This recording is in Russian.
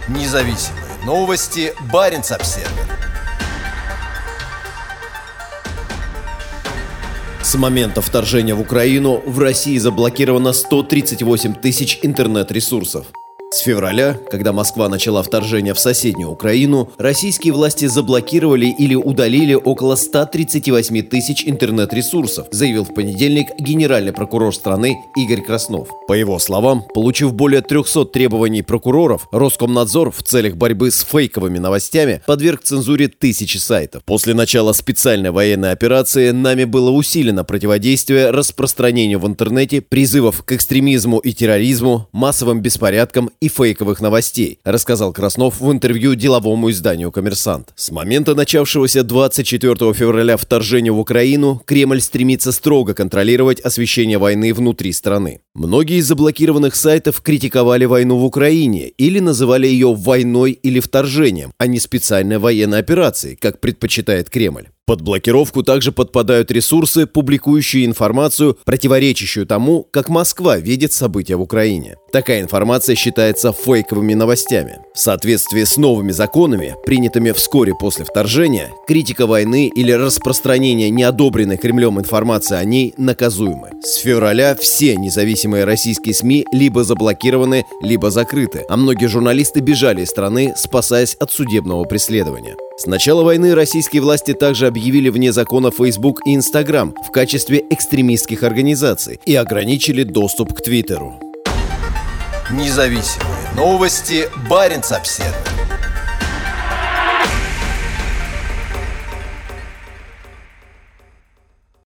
Независимые новости. Баренц-Обсервер. С момента вторжения в Украину в России заблокировано 138 тысяч интернет-ресурсов. С февраля, когда Москва начала вторжение в соседнюю Украину, российские власти заблокировали или удалили около 138 тысяч интернет-ресурсов, заявил в понедельник генеральный прокурор страны Игорь Краснов. По его словам, получив более 300 требований прокуроров, Роскомнадзор в целях борьбы с фейковыми новостями подверг цензуре тысячи сайтов. После начала специальной военной операции нами было усилено противодействие распространению в интернете призывов к экстремизму и терроризму, массовым беспорядкам и фейковых новостей, рассказал Краснов в интервью деловому изданию «Коммерсант». С момента начавшегося 24 февраля вторжения в Украину Кремль стремится строго контролировать освещение войны внутри страны. Многие из заблокированных сайтов критиковали войну в Украине или называли ее войной или вторжением, а не специальной военной операцией, как предпочитает Кремль. Под блокировку также подпадают ресурсы, публикующие информацию, противоречащую тому, как Москва видит события в Украине. Такая информация считается фейковыми новостями. В соответствии с новыми законами, принятыми вскоре после вторжения, критика войны или распространение неодобренной Кремлем информации о ней наказуемы. С февраля все независимые российские СМИ либо заблокированы, либо закрыты, а многие журналисты бежали из страны, спасаясь от судебного преследования. С начала войны российские власти также объявили вне закона Facebook и Instagram в качестве экстремистских организаций и ограничили доступ к Твиттеру. Независимые новости. Баренц-Обсервер.